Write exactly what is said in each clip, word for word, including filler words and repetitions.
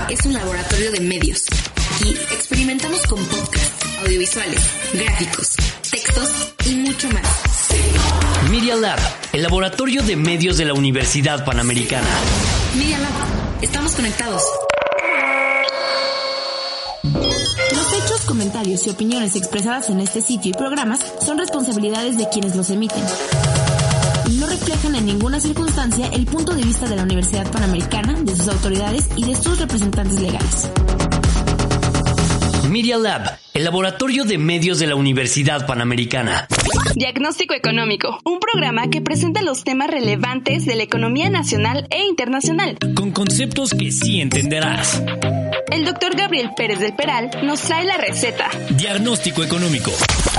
es un laboratorio de medios. Aquí experimentamos con podcasts, audiovisuales, gráficos, textos y mucho más. Media Lab, el laboratorio de medios de la Universidad Panamericana. Media Lab, estamos conectados. Los hechos, comentarios y opiniones expresadas en este sitio y programas son responsabilidades de quienes los emiten. No reflejan en ninguna circunstancia el punto de vista de la Universidad Panamericana, de sus autoridades y de sus representantes legales. Media Lab, el laboratorio de medios de la Universidad Panamericana. Diagnóstico Económico, un programa que presenta los temas relevantes de la economía nacional e internacional, con conceptos que sí entenderás. El doctor Gabriel Pérez del Peral nos trae la receta. Diagnóstico Económico.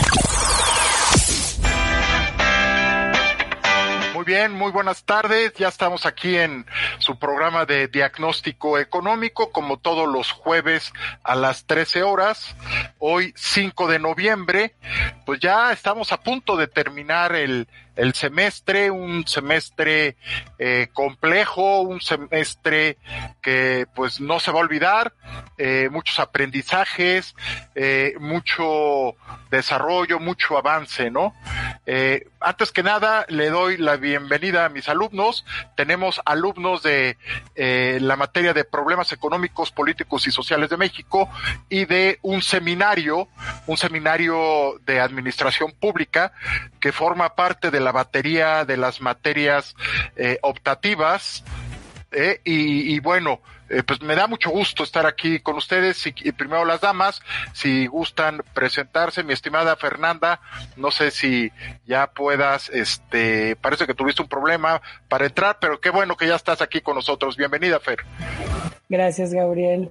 Muy bien, muy buenas tardes. Ya estamos aquí en su programa de Diagnóstico Económico, como todos los jueves a las trece horas. Hoy, cinco de noviembre, pues ya estamos a punto de terminar el el semestre, un semestre eh, complejo, un semestre que pues no se va a olvidar, eh, muchos aprendizajes, eh, mucho desarrollo, mucho avance, ¿no? Eh, antes que nada, le doy la bienvenida a mis alumnos. Tenemos alumnos de eh, la materia de problemas económicos, políticos y sociales de México y de un seminario, un seminario de administración pública que forma parte de la batería de las materias eh, optativas, eh, y, y bueno, eh, pues me da mucho gusto estar aquí con ustedes. Y, y primero las damas, si gustan presentarse. Mi estimada Fernanda, no sé si ya puedas, este, parece que tuviste un problema para entrar, pero qué bueno que ya estás aquí con nosotros. Bienvenida, Fer. Gracias, Gabriel.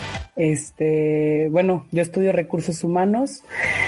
Este, bueno, yo estudio recursos humanos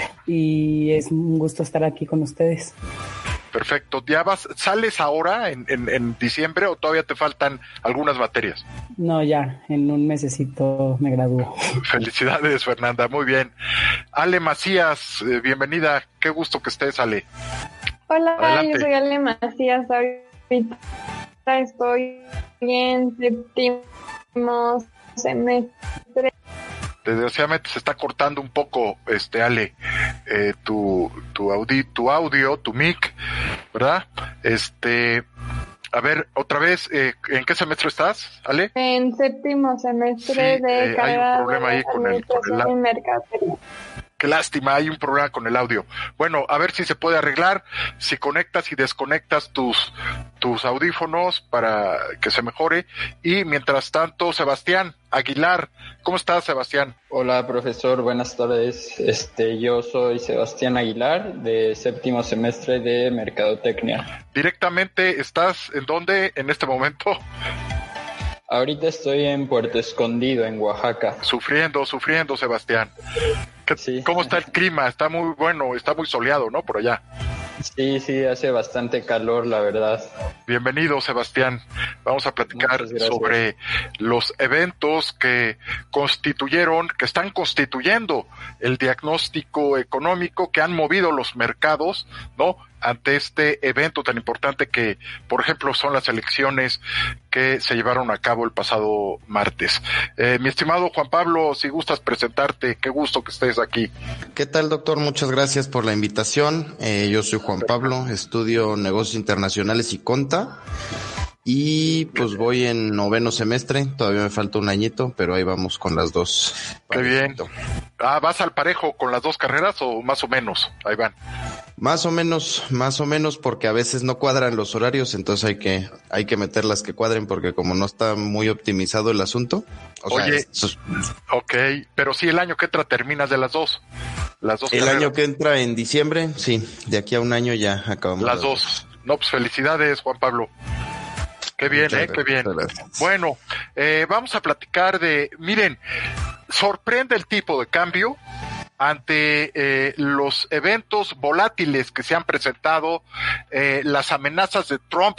y es un gusto estar aquí con ustedes. Perfecto. ¿Ya vas, sales ahora en, en, en diciembre o todavía te faltan algunas materias? No, ya, en un mesecito me gradúo. Felicidades, Fernanda, muy bien. Ale Macías, eh, bienvenida, qué gusto que estés, Ale. Hola, adelante. Yo soy Ale Macías, ahorita estoy en séptimo semestre. Desgraciadamente se está cortando un poco, este Ale, eh, tu tu audi, tu audio, tu mic, ¿verdad? Este, a ver, otra vez, eh, ¿en qué semestre estás, Ale? En séptimo semestre sí, de eh, carrera hay un problema de ahí con el, con el administración y mercadotecnia. Qué lástima, hay un problema con el audio. Bueno, a ver si se puede arreglar, si conectas y desconectas tus tus audífonos para que se mejore. Y mientras tanto, Sebastián Aguilar, ¿cómo estás, Sebastián? Hola, profesor, buenas tardes. Este, yo soy Sebastián Aguilar, de séptimo semestre de Mercadotecnia. Directamente, ¿estás en dónde en este momento? Ahorita estoy en Puerto Escondido, en Oaxaca. Sufriendo, sufriendo, Sebastián. ¿Qué, sí. ¿Cómo está el clima? Está muy bueno, está muy soleado, ¿no? Por allá. Sí, sí, hace bastante calor, la verdad. Bienvenido, Sebastián. Vamos a platicar sobre los eventos que constituyeron, que están constituyendo el diagnóstico económico, que han movido los mercados, ¿no? Ante este evento tan importante que, por ejemplo, son las elecciones que se llevaron a cabo el pasado martes. Eh, mi estimado Juan Pablo, si gustas presentarte, qué gusto que estés aquí. ¿Qué tal, doctor? Muchas gracias por la invitación. Eh, yo soy Juan Pablo, estudio negocios internacionales y conta. Y pues voy en noveno semestre, todavía me falta un añito, pero ahí vamos con las dos. Qué bien. Ah, ¿vas al parejo con las dos carreras o más o menos? Ahí van. Más o menos, más o menos, porque a veces no cuadran los horarios, entonces hay que hay que meter las que cuadren, porque como no está muy optimizado el asunto. O Oye, sea, es, ok, pero sí el año que entra terminas de las dos. Las dos el carreras. año que entra en diciembre, sí, de aquí a un año ya acabamos. Las dos. No, pues felicidades, Juan Pablo. Qué bien, Muchas eh, qué bien. gracias. Bueno, eh, vamos a platicar de, miren, sorprende el tipo de cambio ante eh, los eventos volátiles que se han presentado, eh, las amenazas de Trump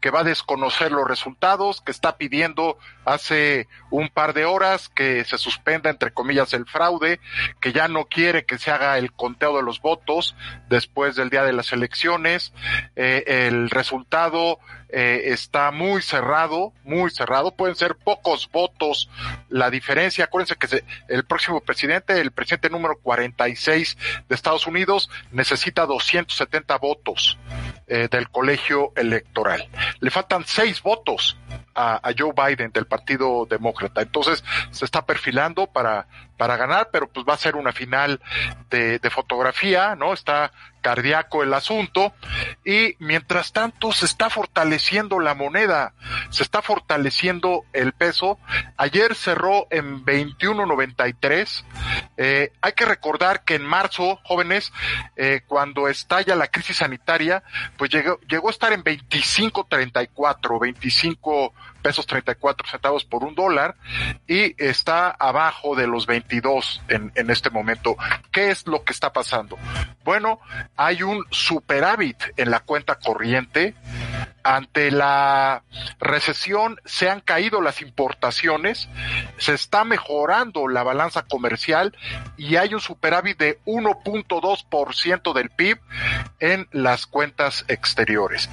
que va a desconocer los resultados, que está pidiendo hace un par de horas que se suspenda, entre comillas, el fraude, que ya no quiere que se haga el conteo de los votos después del día de las elecciones. Eh, el resultado eh, está muy cerrado, muy cerrado, pueden ser pocos votos la diferencia. Acuérdense que se, el próximo presidente, el presidente número cuarenta y seis de Estados Unidos, necesita doscientos setenta votos eh, del colegio electoral. Le faltan seis votos a, a Joe Biden del Partido Demócrata. Entonces se está perfilando para para ganar, pero pues va a ser una final de, de fotografía, ¿no? Está cardíaco el asunto, y mientras tanto se está fortaleciendo la moneda, se está fortaleciendo el peso. Ayer cerró en veintiuno noventa y tres. Eh, hay que recordar que en marzo, jóvenes, eh, cuando estalla la crisis sanitaria, pues llegó, llegó a estar en veinticinco treinta y cuatro, veinticinco pesos treinta y cuatro centavos por un dólar, y está abajo de los veintidós en, en este momento. ¿Qué es lo que está pasando? Bueno, hay un superávit en la cuenta corriente. Ante la recesión se han caído las importaciones, se está mejorando la balanza comercial y hay un superávit de uno punto dos por ciento del P I B en las cuentas exteriores.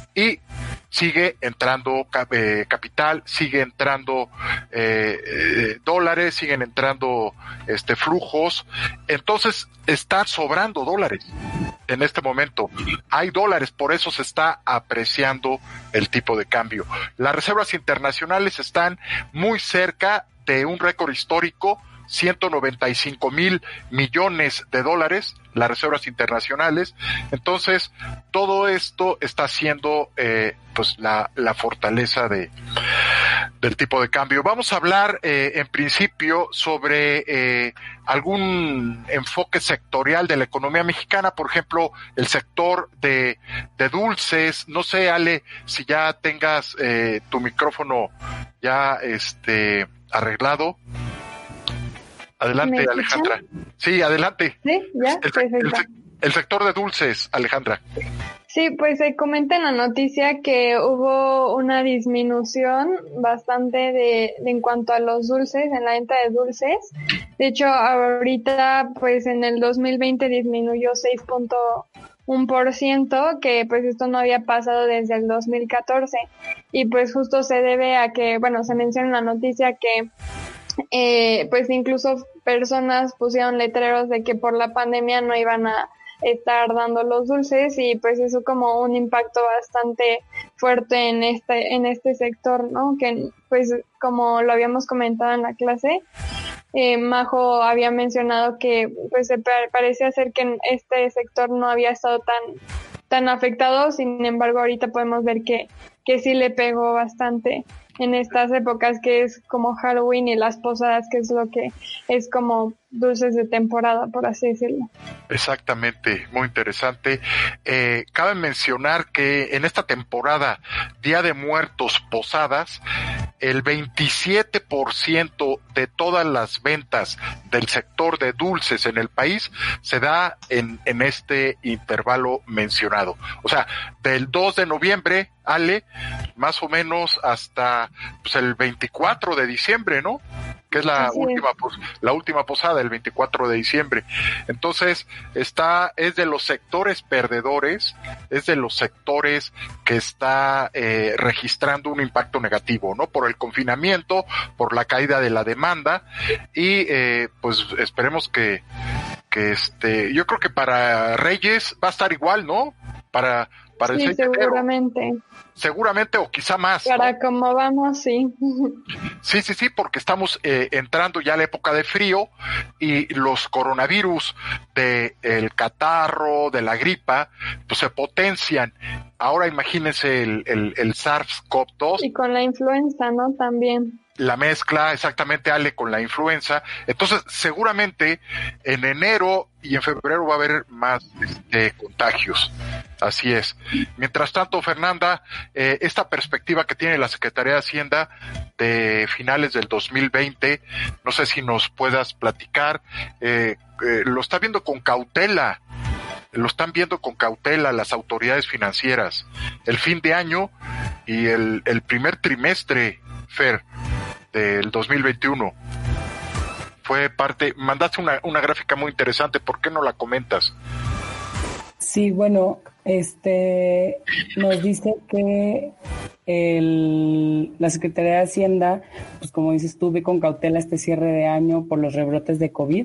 Y sigue entrando eh, capital, sigue entrando eh, eh, dólares, siguen entrando este flujos. Entonces están sobrando dólares en este momento. Hay dólares, por eso se está apreciando el tipo de cambio. Las reservas internacionales están muy cerca de un récord histórico, ciento noventa y cinco mil millones de dólares, las reservas internacionales. Entonces, todo esto está haciendo eh, pues la, la fortaleza de del tipo de cambio. Vamos a hablar eh, en principio sobre eh, algún enfoque sectorial de la economía mexicana, por ejemplo, el sector de, de dulces. No sé, Ale, si ya tengas eh, tu micrófono ya este arreglado. Adelante, Alejandra. Sí, adelante. Sí, ya, el, perfecto. El, el sector de dulces, Alejandra. Sí, pues se comenta en la noticia que hubo una disminución bastante de, de en cuanto a los dulces, en la venta de dulces. De hecho, ahorita, pues en el dos mil veinte disminuyó seis punto uno por ciento, que pues esto no había pasado desde el dos mil catorce. Y pues justo se debe a que, bueno, se menciona en la noticia que Eh, pues incluso personas pusieron letreros de que por la pandemia no iban a estar dando los dulces, y pues eso como un impacto bastante fuerte en este en este sector, ¿no? Que pues como lo habíamos comentado en la clase, eh, Majo había mencionado que pues se parecía ser que este sector no había estado tan tan afectado. Sin embargo, ahorita podemos ver que que sí le pegó bastante en estas épocas, que es como Halloween y las posadas, que es lo que es como dulces de temporada, por así decirlo. Exactamente, muy interesante. Eh, cabe mencionar que en esta temporada, Día de Muertos, posadas, el veintisiete por ciento de todas las ventas del sector de dulces en el país se da en, en este intervalo mencionado. O sea, del dos de noviembre, Ale, más o menos hasta pues, el veinticuatro de diciembre, ¿no? Que es la Así última es. la última posada, el veinticuatro de diciembre. Entonces, está es de los sectores perdedores, es de los sectores que está eh, registrando un impacto negativo, ¿no? Por el confinamiento, por la caída de la demanda, y eh, pues esperemos que que este, yo creo que para Reyes va a estar igual, ¿no? Para para el Sí, seis de enero. seguramente. Seguramente, o quizá más, Para ¿no? cómo vamos, sí. Sí, sí, sí, porque estamos eh, entrando ya a la época de frío, y los coronavirus de el catarro, de la gripa, pues se potencian. Ahora imagínense el, el, el SARS-CoV dos. Y con la influenza, ¿no? También. La mezcla, exactamente, Ale, con la influenza. Entonces, seguramente en enero y en febrero va a haber más este, contagios. Así es. Mientras tanto, Fernanda, eh, esta perspectiva que tiene la Secretaría de Hacienda de finales del dos mil veinte, no sé si nos puedas platicar, eh, eh, lo está viendo con cautela lo están viendo con cautela las autoridades financieras. El fin de año y el, el primer trimestre, Fer, del dos mil veintiuno. Fue parte, mandaste una, una gráfica muy interesante, ¿por qué no la comentas? Sí, bueno, este nos dice que el, la Secretaría de Hacienda, pues como dices tú, ve con cautela este cierre de año por los rebrotes de COVID.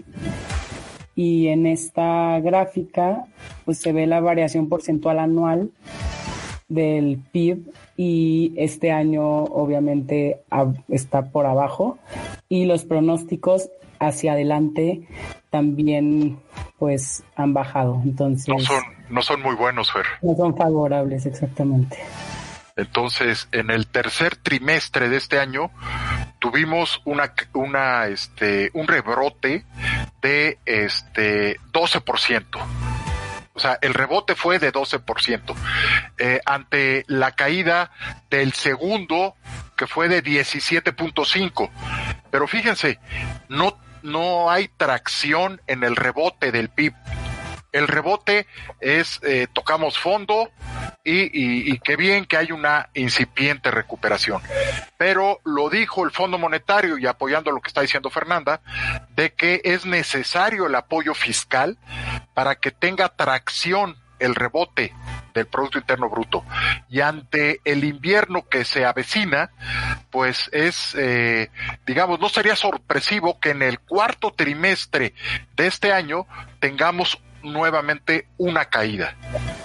Y en esta gráfica, pues se ve la variación porcentual anual del P I B y este año obviamente está por abajo y los pronósticos hacia adelante también pues han bajado, entonces no son no son muy buenos, Fer. No son favorables, exactamente. Entonces, en el tercer trimestre de este año tuvimos una una este un rebrote de este doce por ciento. O sea, el rebote fue de doce por ciento, eh, ante la caída del segundo, que fue de diecisiete punto cinco. Pero fíjense, no, no hay tracción en el rebote del P I B. El rebote es, eh, tocamos fondo y, y, y qué bien que hay una incipiente recuperación. Pero lo dijo el Fondo Monetario, y apoyando lo que está diciendo Fernanda, de que es necesario el apoyo fiscal para que tenga tracción el rebote del Producto Interno Bruto. Y ante el invierno que se avecina, pues es, eh, digamos, no sería sorpresivo que en el cuarto trimestre de este año tengamos nuevamente una caída.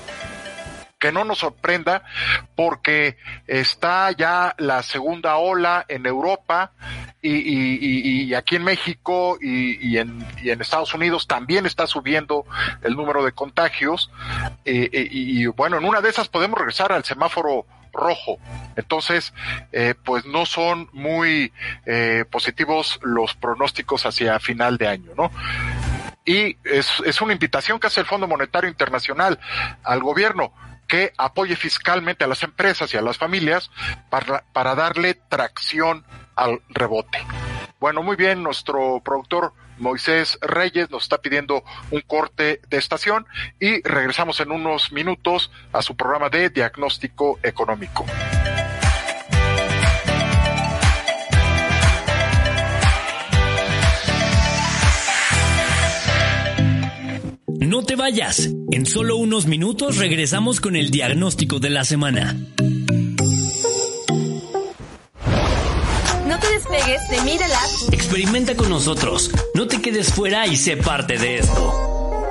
Que no nos sorprenda porque está ya la segunda ola en Europa y, y, y, y aquí en México y, y, en, y en Estados Unidos también está subiendo el número de contagios eh, y, y bueno, en una de esas podemos regresar al semáforo rojo. Entonces, eh, pues no son muy eh, positivos los pronósticos hacia final de año, ¿no? Y es, es una invitación que hace el Fondo Monetario Internacional al gobierno que apoye fiscalmente a las empresas y a las familias para, para darle tracción al rebote. Bueno, muy bien, nuestro productor Moisés Reyes nos está pidiendo un corte de estación y regresamos en unos minutos a su programa de diagnóstico económico. No te vayas. En solo unos minutos regresamos con el diagnóstico de la semana. No te despegues de Media Lab. Experimenta con nosotros. No te quedes fuera y sé parte de esto.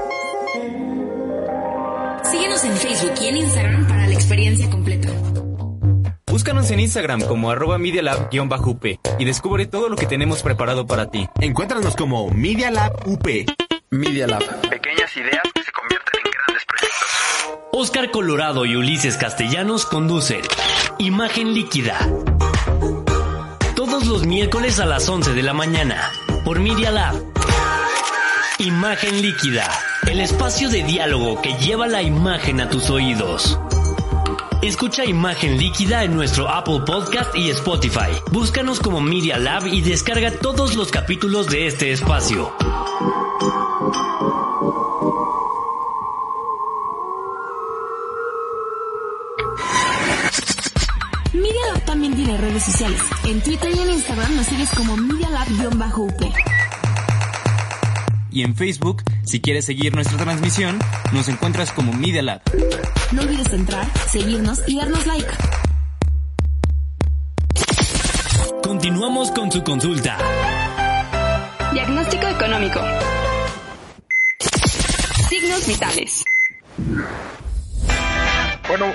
Síguenos en Facebook y en Instagram para la experiencia completa. Búscanos en Instagram como arroba MediaLab-U P y descubre todo lo que tenemos preparado para ti. Encuéntranos como Media Lab U P. Media Lab. Pequeñas ideas que se convierten en grandes proyectos. Oscar Colorado y Ulises Castellanos conducen Imagen Líquida. Todos los miércoles a las once de la mañana por Media Lab. Imagen Líquida, el espacio de diálogo que lleva la imagen a tus oídos. Escucha Imagen Líquida en nuestro Apple Podcast y Spotify. Búscanos como Media Lab y descarga todos los capítulos de este espacio. Media Lab también tiene redes sociales. En Twitter y en Instagram nos sigues como Media Lab-U P. Y en Facebook, si quieres seguir nuestra transmisión, nos encuentras como Media Lab. No olvides entrar, seguirnos y darnos like. Continuamos con su consulta. Diagnóstico económico. Signos vitales. Bueno,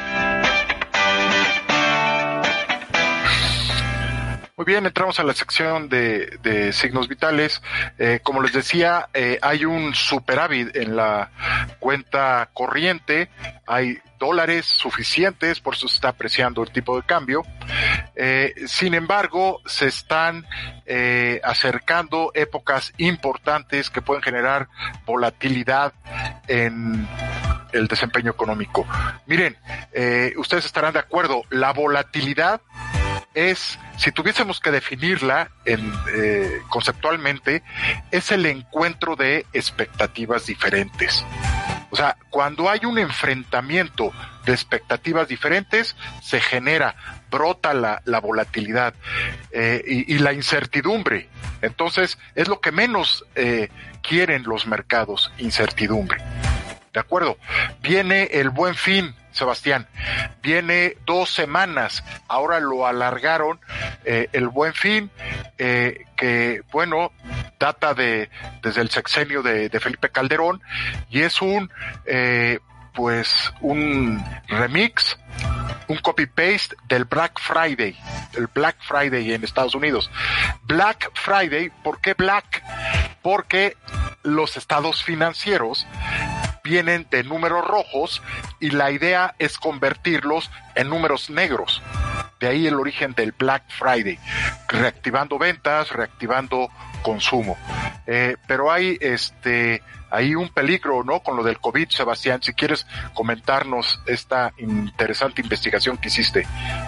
muy bien, entramos a la sección de, de signos vitales. Eh, como les decía, eh, hay un superávit en la cuenta corriente, hay dólares suficientes, por eso se está apreciando el tipo de cambio. Eh, sin embargo, se están eh, acercando épocas importantes que pueden generar volatilidad en el desempeño económico. Miren, eh, ustedes estarán de acuerdo, la volatilidad es, si tuviésemos que definirla en, eh, conceptualmente, es el encuentro de expectativas diferentes. O sea, cuando hay un enfrentamiento de expectativas diferentes, se genera, brota la, la volatilidad eh, y, y la incertidumbre. Entonces, es lo que menos eh, quieren los mercados, incertidumbre. ¿De acuerdo? Viene el Buen Fin, Sebastián. Viene dos semanas. Ahora lo alargaron eh, el Buen Fin, eh, que, bueno, data de desde el sexenio de, de Felipe Calderón, y es un, eh, pues, un remix, un copy-paste del Black Friday, el Black Friday en Estados Unidos. Black Friday, ¿por qué Black? Porque los estados financieros vienen de números rojos y la idea es convertirlos en números negros. De ahí el origen del Black Friday, reactivando ventas, reactivando consumo. Eh, pero hay este hay un peligro, ¿no? Con lo del COVID, Sebastián, si quieres comentarnos esta interesante investigación que hiciste.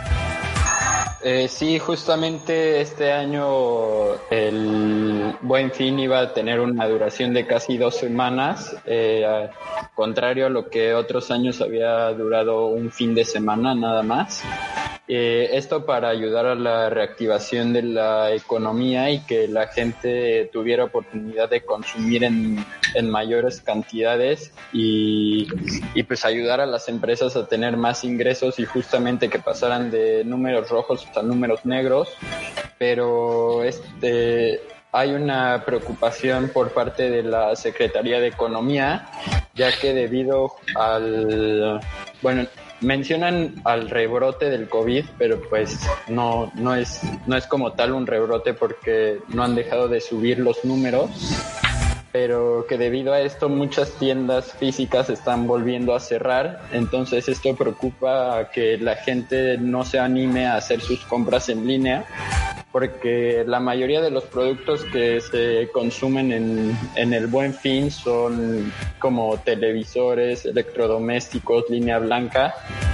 Eh, sí, justamente este año el Buen Fin iba a tener una duración de casi dos semanas, eh, a, contrario a lo que otros años había durado un fin de semana nada más. Eh, esto para ayudar a la reactivación de la economía y que la gente tuviera oportunidad de consumir en, en mayores cantidades y, y pues ayudar a las empresas a tener más ingresos y justamente que pasaran de números rojos a números negros. Pero este hay una preocupación por parte de la Secretaría de Economía, ya que debido al bueno mencionan al rebrote del COVID, pero pues no no es no es como tal un rebrote porque no han dejado de subir los números, pero que debido a esto muchas tiendas físicas están volviendo a cerrar. Entonces esto preocupa a que la gente no se anime a hacer sus compras en línea, porque la mayoría de los productos que se consumen en, en el Buen Fin son como televisores, electrodomésticos, línea blanca,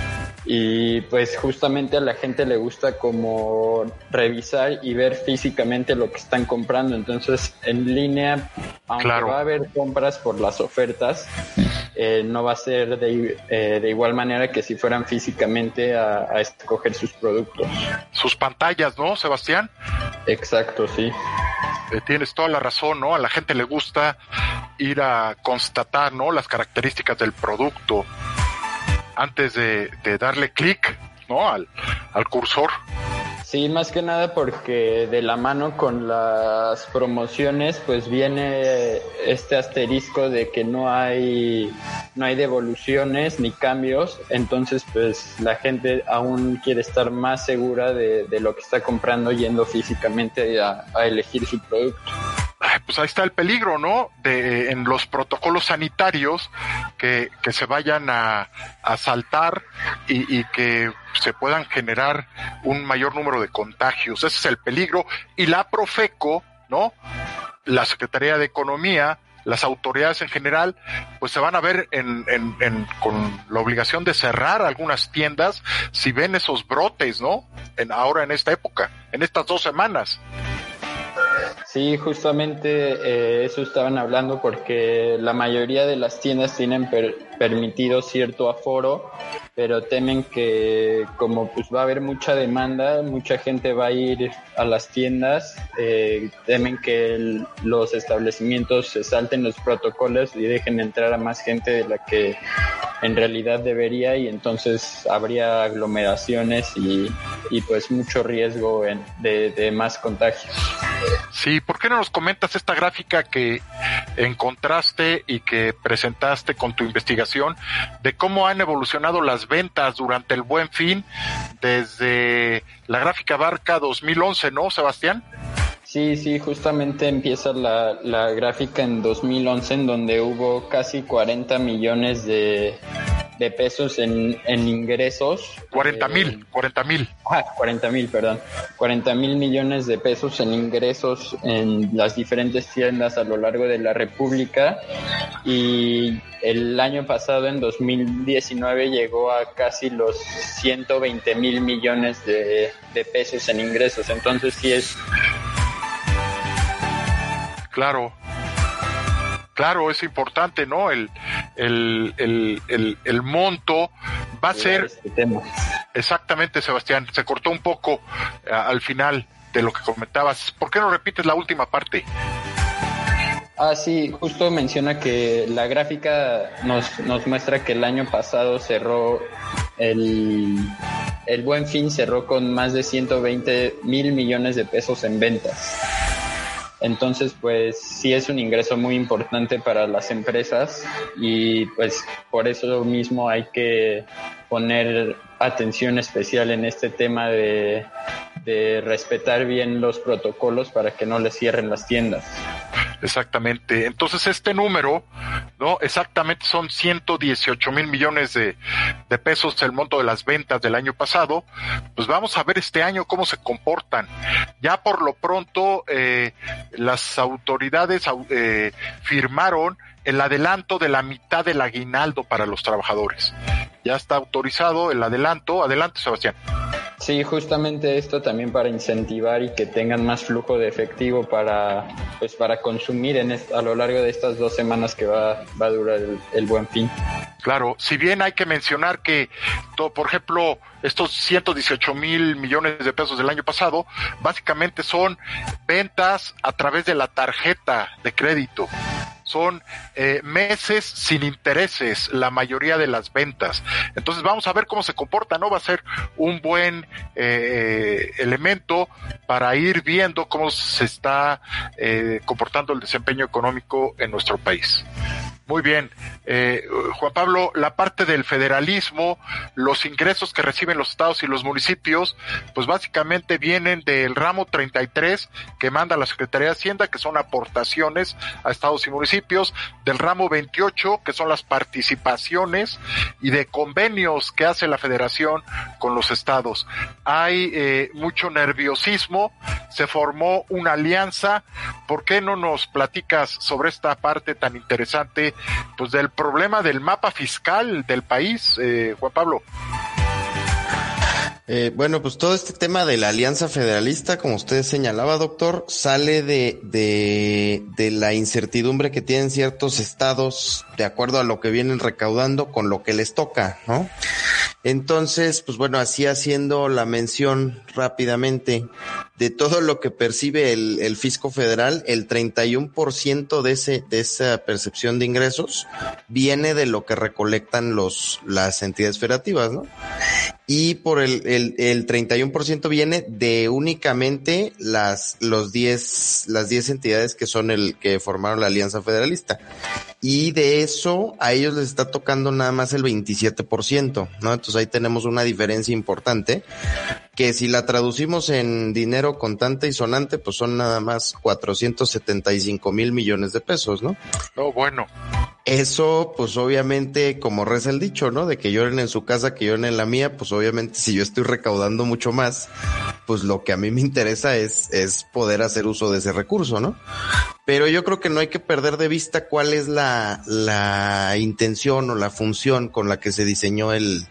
y pues justamente a la gente le gusta como revisar y ver físicamente lo que están comprando. Entonces en línea, aunque claro, va a haber compras por las ofertas, eh, no va a ser de, eh, de igual manera que si fueran físicamente a, a escoger sus productos. Sus pantallas, ¿no, Sebastián? Exacto, sí. Eh, tienes toda la razón, ¿no? A la gente le gusta ir a constatar, ¿no?, las características del producto antes de, de darle clic, ¿no?, al, al cursor. Sí, más que nada porque de la mano con las promociones pues viene este asterisco de que no hay no hay devoluciones ni cambios. Entonces pues la gente aún quiere estar más segura de, de lo que está comprando yendo físicamente a, a elegir su producto. Pues ahí está el peligro, ¿no?, de en los protocolos sanitarios que, que se vayan a, a saltar y, y que se puedan generar un mayor número de contagios. Ese es el peligro. Y la Profeco, ¿no?, la Secretaría de Economía, las autoridades en general, pues se van a ver en, en, en, con la obligación de cerrar algunas tiendas si ven esos brotes, ¿no?, en, ahora en esta época, en estas dos semanas. Sí, justamente eh, eso estaban hablando porque la mayoría de las tiendas tienen per- permitido cierto aforo, pero temen que como pues va a haber mucha demanda, mucha gente va a ir a las tiendas, eh, temen que el, los establecimientos se salten los protocolos y dejen entrar a más gente de la que en realidad debería, y entonces habría aglomeraciones y, y pues mucho riesgo en, de, de más contagios. Sí, ¿por qué no nos comentas esta gráfica que encontraste y que presentaste con tu investigación de cómo han evolucionado las ventas durante el Buen Fin? Desde la gráfica abarca dos mil once, ¿no, Sebastián? Sí, sí, justamente empieza la, la gráfica en dos mil once, en donde hubo casi cuarenta millones de, de pesos en, en ingresos. cuarenta mil, cuarenta mil. Ah, cuarenta mil, perdón. cuarenta mil millones de pesos en ingresos en las diferentes tiendas a lo largo de la República. Y el año pasado, en dos mil diecinueve, llegó a casi los ciento veinte mil millones de, de pesos en ingresos. Entonces sí es... Claro, claro, es importante, ¿no?, el, el, el, el, el monto va a ser... Este tema. Exactamente, Sebastián, se cortó un poco uh, al final de lo que comentabas. ¿Por qué no repites la última parte? Ah, sí, justo menciona que la gráfica nos, nos muestra que el año pasado cerró, el, el Buen Fin cerró con más de ciento veinte mil millones de pesos en ventas. Entonces, pues sí es un ingreso muy importante para las empresas y pues por eso mismo hay que poner atención especial en este tema de, de respetar bien los protocolos para que no les cierren las tiendas. Exactamente. Entonces este número, ¿no? Exactamente son ciento dieciocho mil millones de, de pesos el monto de las ventas del año pasado. Pues vamos a ver este año cómo se comportan. Ya por lo pronto eh, las autoridades eh, firmaron el adelanto de la mitad del aguinaldo para los trabajadores. Ya está autorizado el adelanto. Adelante, Sebastián. Sí, justamente esto también para incentivar y que tengan más flujo de efectivo para pues para consumir en esta, a lo largo de estas dos semanas que va, va a durar el, el Buen Fin. Claro, si bien hay que mencionar que, todo, por ejemplo, estos ciento dieciocho mil millones de pesos del año pasado, básicamente son ventas a través de la tarjeta de crédito. Son eh, meses sin intereses, la mayoría de las ventas. Entonces vamos a ver cómo se comporta, ¿no? Va a ser un buen eh, elemento para ir viendo cómo se está eh, comportando el desempeño económico en nuestro país. Muy bien, eh, Juan Pablo, la parte del federalismo, los ingresos que reciben los estados y los municipios, pues básicamente vienen del ramo treinta y tres que manda la Secretaría de Hacienda, que son aportaciones a estados y municipios, del ramo veintiocho, que son las participaciones, y de convenios que hace la Federación con los estados. Hay eh, mucho nerviosismo, se formó una alianza. ¿Por qué no nos platicas sobre esta parte tan interesante pues del problema del mapa fiscal del país, eh, Juan Pablo? Eh, bueno, pues todo este tema de la Alianza Federalista, como usted señalaba, doctor, sale de, de, de la incertidumbre que tienen ciertos estados de acuerdo a lo que vienen recaudando con lo que les toca, ¿no? Entonces, pues bueno, así haciendo la mención rápidamente de todo lo que percibe el, el fisco federal, el treinta y uno por ciento de ese, de esa percepción de ingresos viene de lo que recolectan los, las entidades federativas, ¿no? Y por el, el, el treinta y uno por ciento viene de únicamente las, los diez, las diez entidades que son el, que formaron la Alianza Federalista. Y de eso, a ellos les está tocando nada más el veintisiete por ciento, ¿no? Entonces ahí tenemos una diferencia importante, que si la traducimos en dinero contante y sonante, pues son nada más cuatrocientos setenta y cinco mil millones de pesos, ¿no? Oh, bueno. Eso, pues obviamente, como reza el dicho, ¿no? De que lloren en su casa, que lloren en la mía, pues obviamente si yo estoy recaudando mucho más, pues lo que a mí me interesa es, es poder hacer uso de ese recurso, ¿no? Pero yo creo que no hay que perder de vista cuál es la, la intención o la función con la que se diseñó el,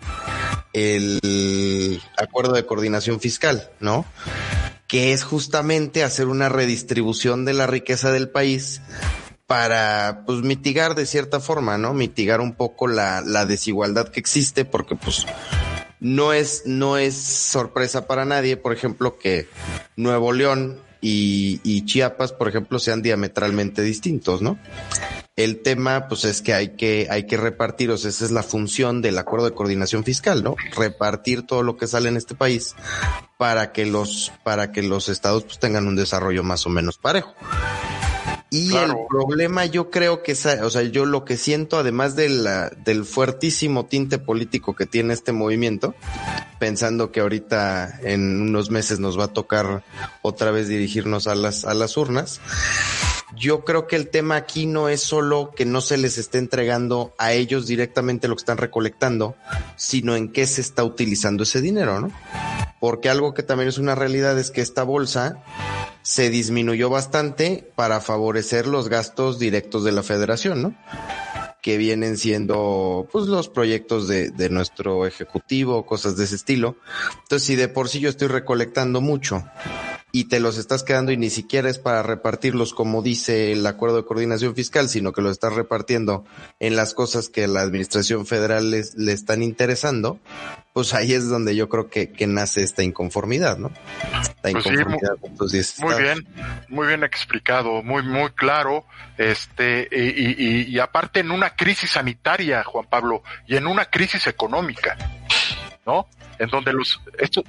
el acuerdo de coordinación fiscal, ¿no? Que es justamente hacer una redistribución de la riqueza del país para, pues, mitigar de cierta forma, ¿no? Mitigar un poco la, la desigualdad que existe, porque, pues, no es, no es sorpresa para nadie, por ejemplo, que Nuevo León y, y Chiapas, por ejemplo, sean diametralmente distintos, ¿no? El tema, pues, es que hay que, hay que repartir, o sea, esa es la función del acuerdo de coordinación fiscal, ¿no? Repartir todo lo que sale en este país para que los, para que los estados, pues, tengan un desarrollo más o menos parejo. Y claro, el problema yo creo que, esa, o sea, yo lo que siento, además de la, del fuertísimo tinte político que tiene este movimiento, pensando que ahorita en unos meses nos va a tocar otra vez dirigirnos a las, a las urnas, yo creo que el tema aquí no es solo que no se les esté entregando a ellos directamente lo que están recolectando, sino en qué se está utilizando ese dinero, ¿no? Porque algo que también es una realidad es que esta bolsa se disminuyó bastante para favorecer los gastos directos de la federación, ¿no? Que vienen siendo, pues, los proyectos de, de nuestro ejecutivo, cosas de ese estilo. Entonces, si de por sí yo estoy recolectando mucho y te los estás quedando y ni siquiera es para repartirlos como dice el acuerdo de coordinación fiscal, sino que los estás repartiendo en las cosas que la administración federal les, le están interesando, pues ahí es donde yo creo que, que nace esta inconformidad, ¿no? La inconformidad pues sí, con los diez estados. Muy bien, muy bien explicado, muy, muy claro, este, y, y, y aparte en una crisis sanitaria, Juan Pablo, y en una crisis económica, ¿no? En donde los, esto,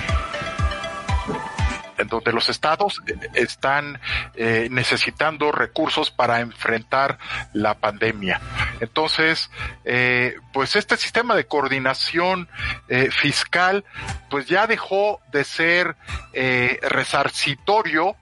en donde los estados están eh, necesitando recursos para enfrentar la pandemia. Entonces, eh, pues este sistema de coordinación eh, fiscal, pues ya dejó de ser eh, resarcitorio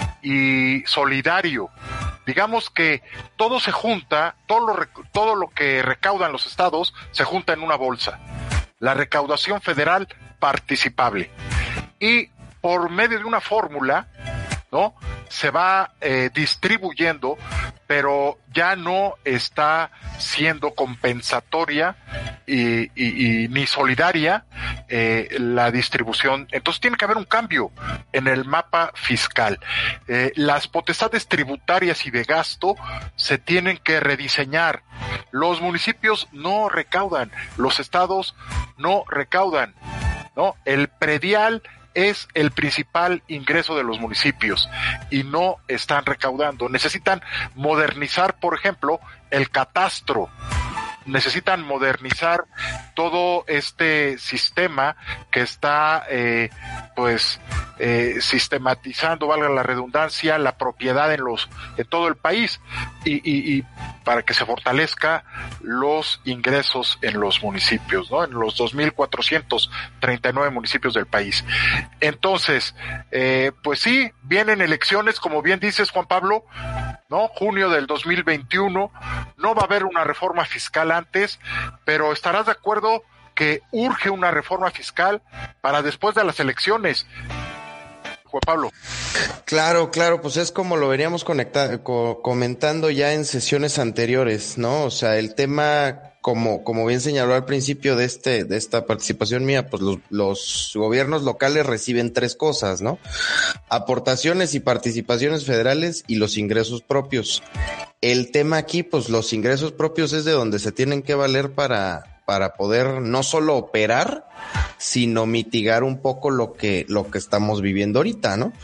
y solidario. Digamos que todo se junta, todo lo, todo lo que recaudan los estados se junta en una bolsa. La recaudación federal participable. Y por medio de una fórmula, ¿no? Se va eh, distribuyendo, pero ya no está siendo compensatoria y, y, y ni solidaria eh, la distribución. Entonces tiene que haber un cambio en el mapa fiscal. Eh, las potestades tributarias y de gasto se tienen que rediseñar. Los municipios no recaudan, los estados no recaudan, ¿no? El predial es el principal ingreso de los municipios y no están recaudando. Necesitan modernizar, por ejemplo, el catastro. Necesitan modernizar todo este sistema que está, eh, pues, eh, sistematizando, valga la redundancia, la propiedad en los, en todo el país y, y, y para que se fortalezca los ingresos en los municipios, ¿no? En los dos mil cuatrocientos treinta y nueve municipios del país. Entonces, eh, pues sí, vienen elecciones, como bien dices, Juan Pablo, ¿no? Junio del dos mil veintiuno, no va a haber una reforma fiscal antes, pero estarás de acuerdo que urge una reforma fiscal para después de las elecciones. Juan Pablo. Claro, claro, pues es como lo veníamos conecta- co- comentando ya en sesiones anteriores, ¿no? O sea, el tema, como, como bien señaló al principio de este, de esta participación mía, pues los, los gobiernos locales reciben tres cosas, ¿no? Aportaciones y participaciones federales y los ingresos propios. El tema aquí, pues los ingresos propios es de donde se tienen que valer para, para poder no solo operar, sino mitigar un poco lo que, lo que estamos viviendo ahorita, ¿no?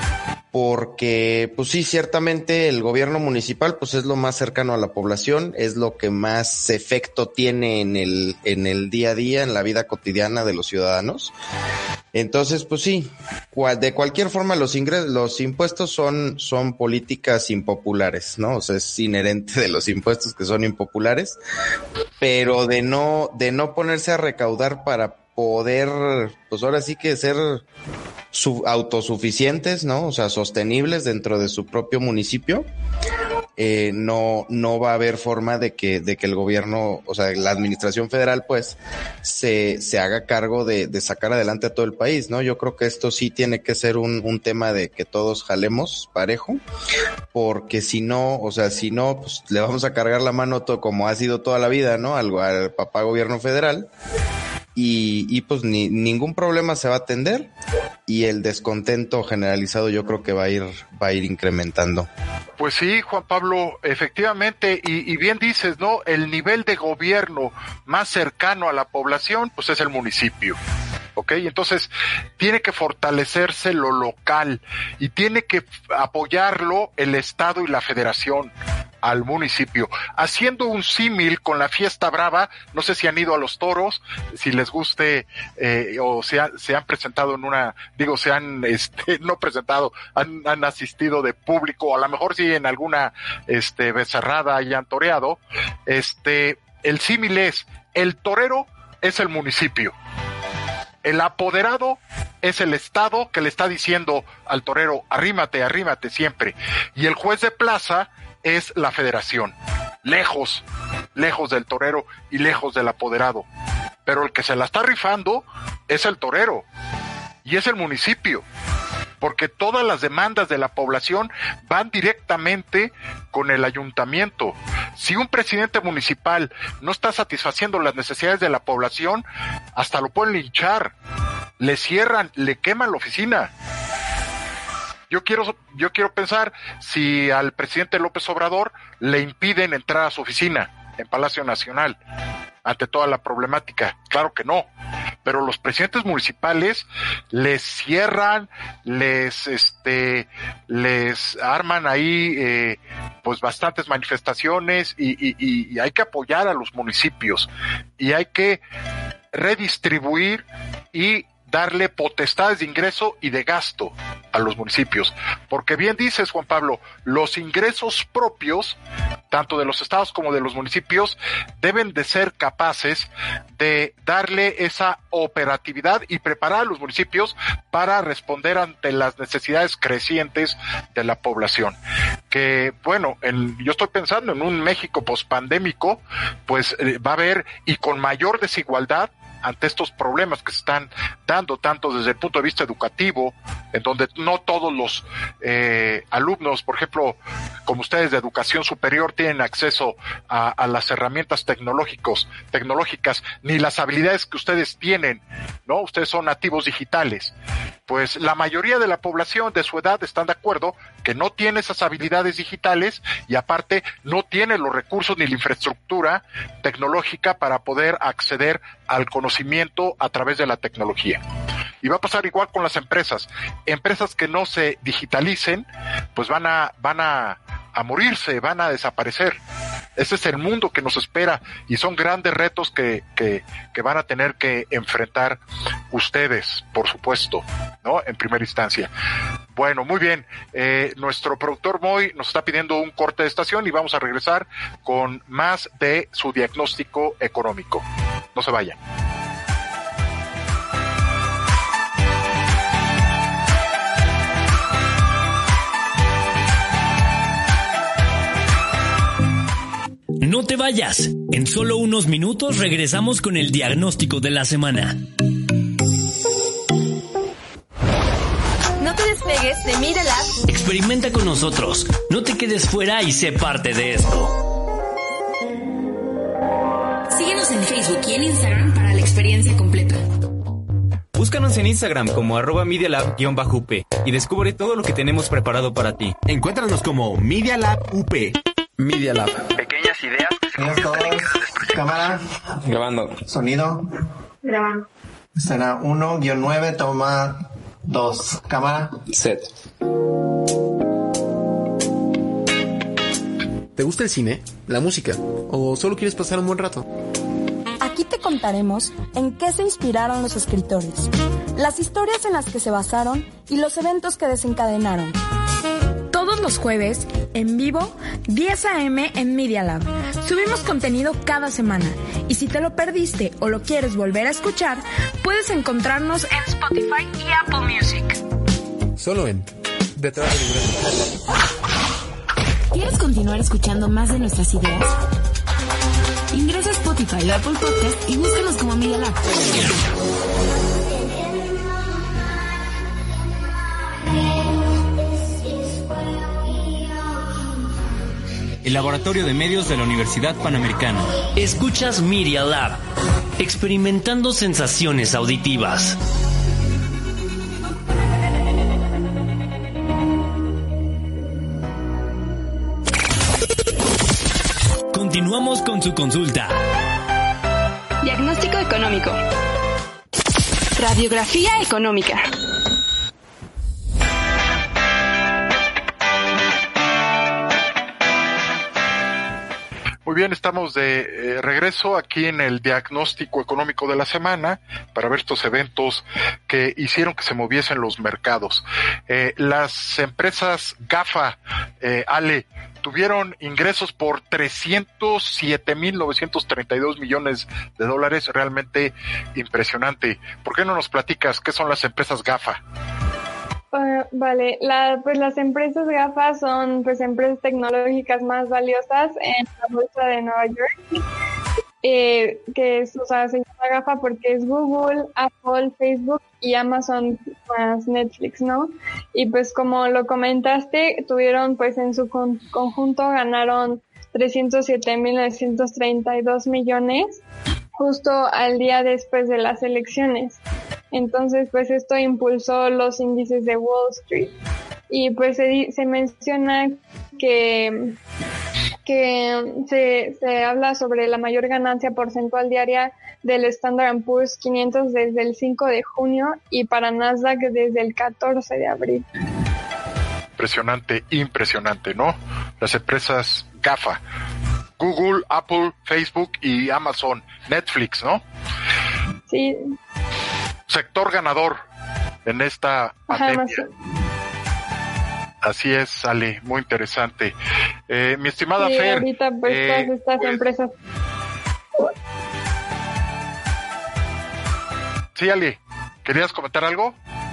Porque, pues sí, ciertamente el gobierno municipal, pues es lo más cercano a la población, es lo que más efecto tiene en el, en el día a día, en la vida cotidiana de los ciudadanos. Entonces, pues sí, cual, de cualquier forma los ingresos, los impuestos son, son políticas impopulares, ¿no? O sea, es inherente de los impuestos que son impopulares, pero de no, de no ponerse a recaudar para poder, pues ahora sí que ser su, autosuficientes, ¿no? O sea, sostenibles dentro de su propio municipio. Eh, no, no va a haber forma de que, de que el gobierno, o sea, la administración federal, pues, se, se haga cargo de, de sacar adelante a todo el país, ¿no? Yo creo que esto sí tiene que ser un, un tema de que todos jalemos parejo, porque si no, o sea, si no, pues, le vamos a cargar la mano todo, como ha sido toda la vida, ¿no? Al, al papá gobierno federal. Y, y pues ni, ningún problema se va a atender y el descontento generalizado yo creo que va a ir, va a ir incrementando. Pues sí, Juan Pablo, efectivamente, y, y bien dices, ¿no? El nivel de gobierno más cercano a la población, pues es el municipio. ¿Ok? Entonces, tiene que fortalecerse lo local y tiene que apoyarlo el Estado y la Federación al municipio, haciendo un símil con la fiesta brava. No sé si han ido a los toros, si les guste, eh, o se, ha, se han presentado en una, digo, se han, este, no presentado, han, han asistido de público, o a lo mejor sí en alguna, este, becerrada y han toreado. Este, el símil es, el torero es el municipio. El apoderado es el Estado que le está diciendo al torero, arrímate, arrímate siempre. Y el juez de plaza es la Federación. Lejos, lejos del torero y lejos del apoderado. Pero el que se la está rifando es el torero y es el municipio. Porque todas las demandas de la población van directamente con el ayuntamiento. Si un presidente municipal no está satisfaciendo las necesidades de la población, hasta lo pueden linchar, le cierran, le queman la oficina. Yo quiero, yo quiero pensar si al presidente López Obrador le impiden entrar a su oficina en Palacio Nacional ante toda la problemática. Claro que no, pero los presidentes municipales les cierran, les este les arman ahí eh, pues bastantes manifestaciones y, y, y hay que apoyar a los municipios y hay que redistribuir y darle potestades de ingreso y de gasto a los municipios, porque bien dices, Juan Pablo, los ingresos propios, tanto de los estados como de los municipios, deben de ser capaces de darle esa operatividad y preparar a los municipios para responder ante las necesidades crecientes de la población. Que, bueno, en, yo estoy pensando en un México pospandémico, pues eh, va a haber, y con mayor desigualdad, ante estos problemas que se están dando tanto desde el punto de vista educativo, en donde no todos los eh, alumnos, por ejemplo, como ustedes de educación superior, tienen acceso a, a las herramientas tecnológicos, tecnológicas, ni las habilidades que ustedes tienen, ¿no? Ustedes son nativos digitales. Pues la mayoría de la población de su edad están de acuerdo que no tiene esas habilidades digitales y aparte no tiene los recursos ni la infraestructura tecnológica para poder acceder al conocimiento a través de la tecnología. Y va a pasar igual con las empresas. Empresas que no se digitalicen, pues van a, van a, a morirse, van a desaparecer. Ese es el mundo que nos espera y son grandes retos que, que, que van a tener que enfrentar ustedes, por supuesto, ¿no? En primera instancia. Bueno, muy bien. Eh, nuestro productor Moy nos está pidiendo un corte de estación y vamos a regresar con más de su diagnóstico económico. No se vayan. No te vayas. En solo unos minutos regresamos con el diagnóstico de la semana. No te despegues de Media Lab. Experimenta con nosotros. No te quedes fuera y sé parte de esto. Síguenos en Facebook y en Instagram para la experiencia completa. Búscanos en Instagram como arroba MediaLab-UP y descubre todo lo que tenemos preparado para ti. Encuéntranos como Media Lab U P. Media Lab. Pequeñas ideas que se convierten en grandes proyectos. Cámara. Grabando. Sonido. Grabando. Escena uno guión nueve, toma dos. Cámara. Set. ¿Te gusta el cine, la música o solo quieres pasar un buen rato? Aquí te contaremos en qué se inspiraron los escritores, las historias en las que se basaron y los eventos que desencadenaron. Todos los jueves, en vivo, diez a eme en Media Lab. Subimos contenido cada semana. Y si te lo perdiste o lo quieres volver a escuchar, puedes encontrarnos en Spotify y Apple Music. Solo en Detrás del Libreto. ¿Quieres continuar escuchando más de nuestras ideas? Ingresa a Spotify o Apple Podcast y búscanos como Media Lab. El Laboratorio de Medios de la Universidad Panamericana. Escuchas Media Lab, experimentando sensaciones auditivas. Continuamos con su consulta. Diagnóstico económico. Radiografía económica. Muy bien, estamos de eh, regreso aquí en el diagnóstico económico de la semana para ver estos eventos que hicieron que se moviesen los mercados. Eh, las empresas GAFA, eh, Ale, tuvieron ingresos por trescientos siete mil novecientos treinta y dos millones de dólares, realmente impresionante. ¿Por qué no nos platicas qué son las empresas GAFA? Uh, vale, la, pues las empresas GAFA son pues empresas tecnológicas más valiosas en la bolsa de Nueva York, eh, que es, o sea, se llama GAFA porque es Google, Apple, Facebook y Amazon más Netflix, ¿no? Y pues como lo comentaste, tuvieron pues en su con, conjunto ganaron trescientos siete mil novecientos treinta y dos millones justo al día después de las elecciones. Entonces, pues esto impulsó los índices de Wall Street. y pues se, se menciona que que se, se habla sobre la mayor ganancia porcentual diaria del Standard and Poor's quinientos desde el cinco de junio y para Nasdaq desde el catorce de abril. Impresionante, impresionante, ¿no? Las empresas GAFA, Google, Apple, Facebook y Amazon, Netflix, ¿no? Sí. Sector ganador en esta pandemia. Ajá, así es, Ale, muy interesante. Eh, mi estimada sí, Fer. Ahorita pues eh, todas estas pues, empresas. Sí, Ale, ¿querías comentar algo?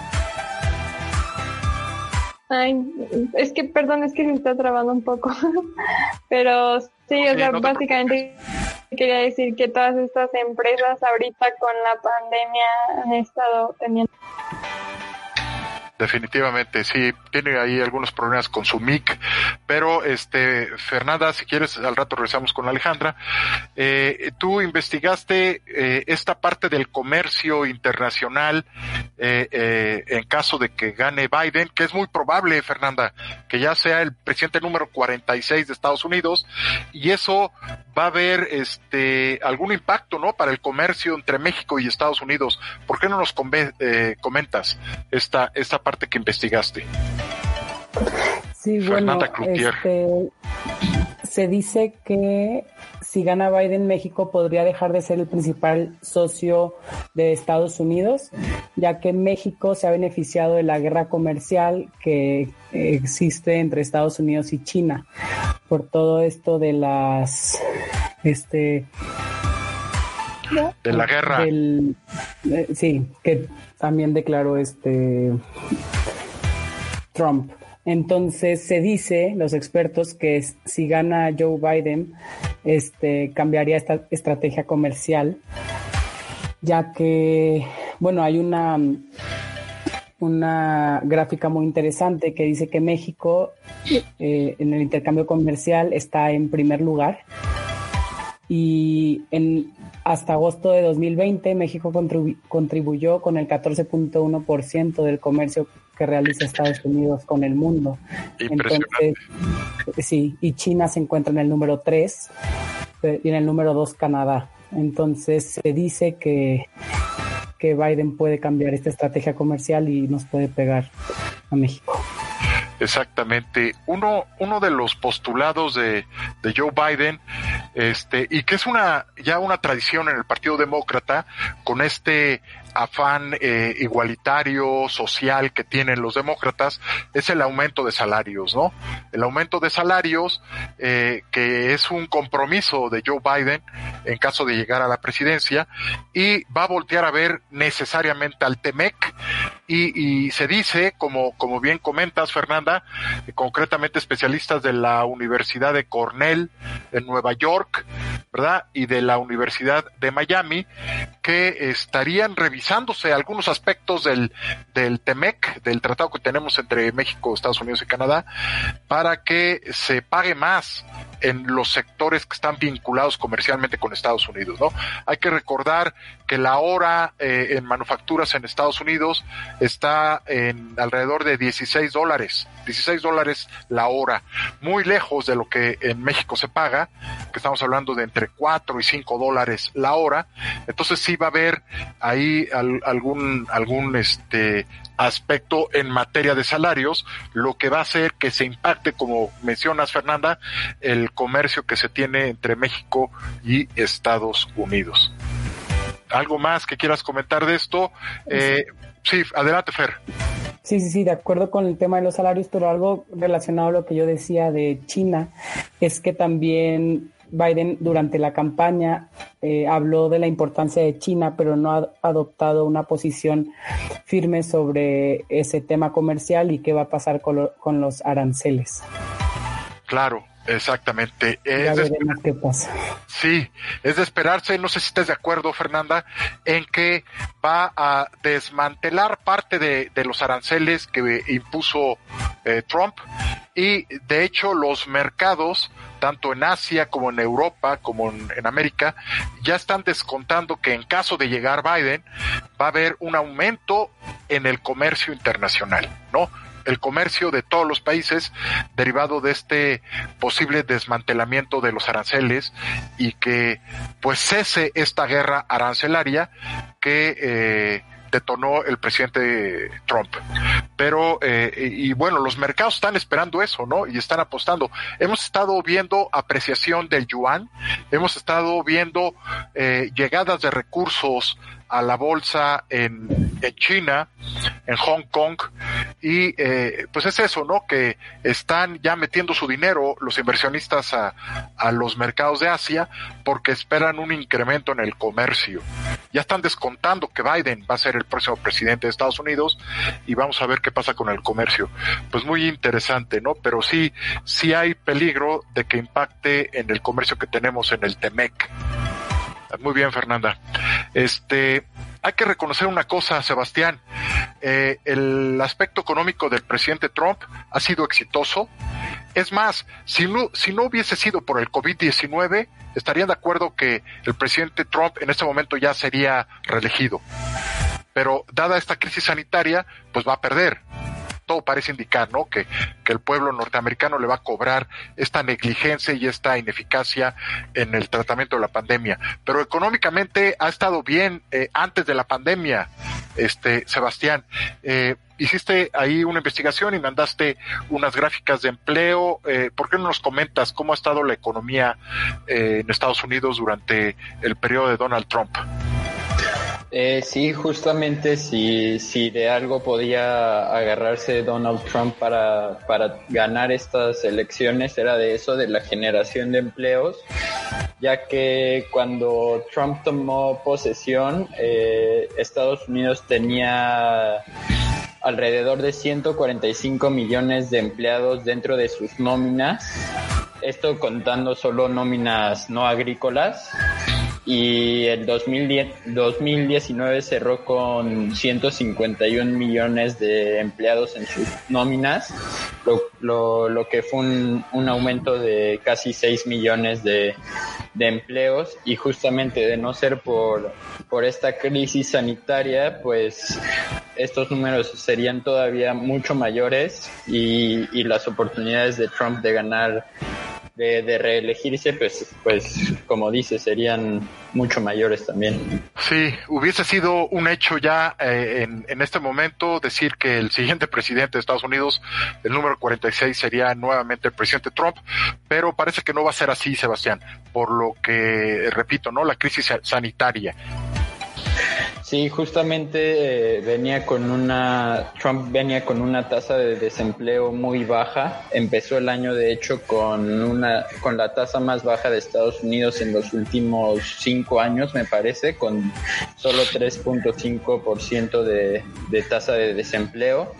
Ay, es que, perdón, es que se está trabando un poco. Pero sí, sí o sea, no básicamente quería decir que todas estas empresas ahorita con la pandemia han estado teniendo... Definitivamente, sí, tiene ahí algunos problemas con su mic, pero este, Fernanda, si quieres, al rato regresamos con Alejandra. Eh, tú investigaste eh, esta parte del comercio internacional eh, eh, en caso de que gane Biden, que es muy probable, Fernanda, que ya sea el presidente número cuarenta y seis de Estados Unidos, y eso va a haber este algún impacto, ¿no?, para el comercio entre México y Estados Unidos. ¿Por qué no nos conve- eh, comentas esta esta parte que investigaste? Sí, Fernanda bueno, este, se dice que si gana Biden, México podría dejar de ser el principal socio de Estados Unidos, ya que México se ha beneficiado de la guerra comercial que existe entre Estados Unidos y China, por todo esto de las, este, de la guerra. Del, eh, sí, que también declaró este Trump. Entonces se dice, los expertos, que si gana Joe Biden, este cambiaría esta estrategia comercial, ya que, bueno, hay una una gráfica muy interesante que dice que México eh, en el intercambio comercial está en primer lugar. Y en hasta agosto de dos mil veinte, México contribu- contribuyó con el catorce punto uno por ciento del comercio que realiza Estados Unidos con el mundo. Entonces, sí, y China se encuentra en el número tres y en el número dos Canadá. Entonces se dice que, que Biden puede cambiar esta estrategia comercial y nos puede pegar a México. Exactamente. Uno, uno de los postulados de, de Joe Biden, este, y que es una, ya una tradición en el Partido Demócrata, con este afán eh, igualitario, social que tienen los demócratas, es el aumento de salarios, ¿no? El aumento de salarios, eh, que es un compromiso de Joe Biden en caso de llegar a la presidencia, y va a voltear a ver necesariamente al TEMEC, y, y se dice, como, como bien comentas, Fernanda, eh, concretamente especialistas de la Universidad de Cornell en Nueva York, ¿verdad?, y de la Universidad de Miami, que estarían revisándose algunos aspectos del, del TEMEC, del tratado que tenemos entre México, Estados Unidos y Canadá, para que se pague más en los sectores que están vinculados comercialmente con Estados Unidos, ¿no? Hay que recordar que la hora eh, en manufacturas en Estados Unidos está en alrededor de dieciséis dólares, dieciséis dólares la hora, muy lejos de lo que en México se paga, que estamos hablando de entre cuatro y cinco dólares la hora. Entonces sí va a haber ahí al, algún algún este aspecto en materia de salarios, lo que va a hacer que se impacte, como mencionas, Fernanda, el comercio que se tiene entre México y Estados Unidos. ¿Algo más que quieras comentar de esto? Eh, sí, adelante, Fer. Sí, sí, sí, de acuerdo con el tema de los salarios, pero algo relacionado a lo que yo decía de China es que también Biden durante la campaña eh, habló de la importancia de China, pero no ha adoptado una posición firme sobre ese tema comercial y qué va a pasar con, lo, con los aranceles. Claro, exactamente. Ya es veremos de, qué pasa. Sí, es de esperarse, no sé si estás de acuerdo, Fernanda, en que va a desmantelar parte de, de los aranceles que impuso eh, Trump, y de hecho los mercados, tanto en Asia como en Europa, como en, en América, ya están descontando que en caso de llegar Biden, va a haber un aumento en el comercio internacional, ¿no? el comercio de todos los países derivado de este posible desmantelamiento de los aranceles y que pues cese esta guerra arancelaria que eh, detonó el presidente Trump. Pero, eh, y bueno, los mercados están esperando eso, ¿no? Y están apostando. Hemos estado viendo apreciación del yuan, hemos estado viendo eh, llegadas de recursos a la bolsa en, en China, en Hong Kong, y eh, pues es eso, ¿no? Que están ya metiendo su dinero los inversionistas a, a los mercados de Asia porque esperan un incremento en el comercio. Ya están descontando que Biden va a ser el próximo presidente de Estados Unidos y vamos a ver qué pasa con el comercio. Pues muy interesante, ¿no? Pero sí, sí hay peligro de que impacte en el comercio que tenemos en el Temec. Muy bien, Fernanda. Este, hay que reconocer una cosa, Sebastián. Eh, el aspecto económico del presidente Trump ha sido exitoso. Es más, si no, si no hubiese sido por el COVID diecinueve, estarían de acuerdo que el presidente Trump en este momento ya sería reelegido. Pero dada esta crisis sanitaria, pues va a perder. Todo parece indicar, ¿no? Que, que el pueblo norteamericano le va a cobrar esta negligencia y esta ineficacia en el tratamiento de la pandemia. Pero económicamente ha estado bien eh, antes de la pandemia, este Sebastián. Eh, hiciste ahí una investigación y mandaste unas gráficas de empleo. Eh, ¿Por qué no nos comentas cómo ha estado la economía eh, en Estados Unidos durante el periodo de Donald Trump? Eh, sí, justamente si, si de algo podía agarrarse Donald Trump para, para ganar estas elecciones era de eso, de la generación de empleos, ya que cuando Trump tomó posesión, eh, Estados Unidos tenía alrededor de ciento cuarenta y cinco millones de empleados dentro de sus nóminas, esto contando solo nóminas no agrícolas. Y el dos mil diecinueve cerró con ciento cincuenta y un millones de empleados en sus nóminas, lo, lo, lo que fue un, un aumento de casi seis millones de, de empleos, y justamente de no ser por, por esta crisis sanitaria, pues estos números serían todavía mucho mayores y, y las oportunidades de Trump de ganar De, de reelegirse, pues, pues, como dice, serían mucho mayores también. Sí, hubiese sido un hecho ya eh, en, en este momento decir que el siguiente presidente de Estados Unidos, el número cuarenta y seis, sería nuevamente el presidente Trump, pero parece que no va a ser así, Sebastián, por lo que, repito, ¿no? La crisis sanitaria. Sí, justamente eh, venía con una, Trump venía con una tasa de desempleo muy baja. Empezó el año, de hecho, con una, con la tasa más baja de Estados Unidos en los últimos cinco años, me parece, con solo tres punto cinco por ciento de, de tasa de desempleo.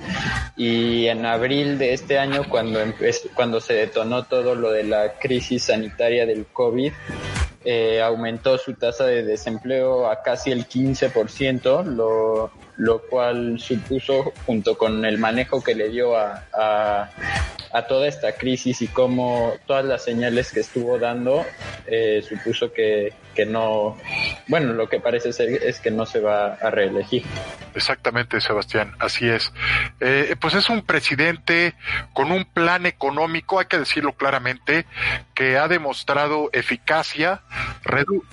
Y en abril de este año, cuando empezó, cuando se detonó todo lo de la crisis sanitaria del COVID, Eh, aumentó su tasa de desempleo a casi el quince por ciento, lo, lo cual supuso, junto con el manejo que le dio a, a, a toda esta crisis y como todas las señales que estuvo dando, eh, supuso que, que no, bueno, lo que parece ser es que no se va a reelegir. Exactamente, Sebastián, así es. Eh, pues es un presidente con un plan económico, hay que decirlo claramente, que ha demostrado eficacia, redu-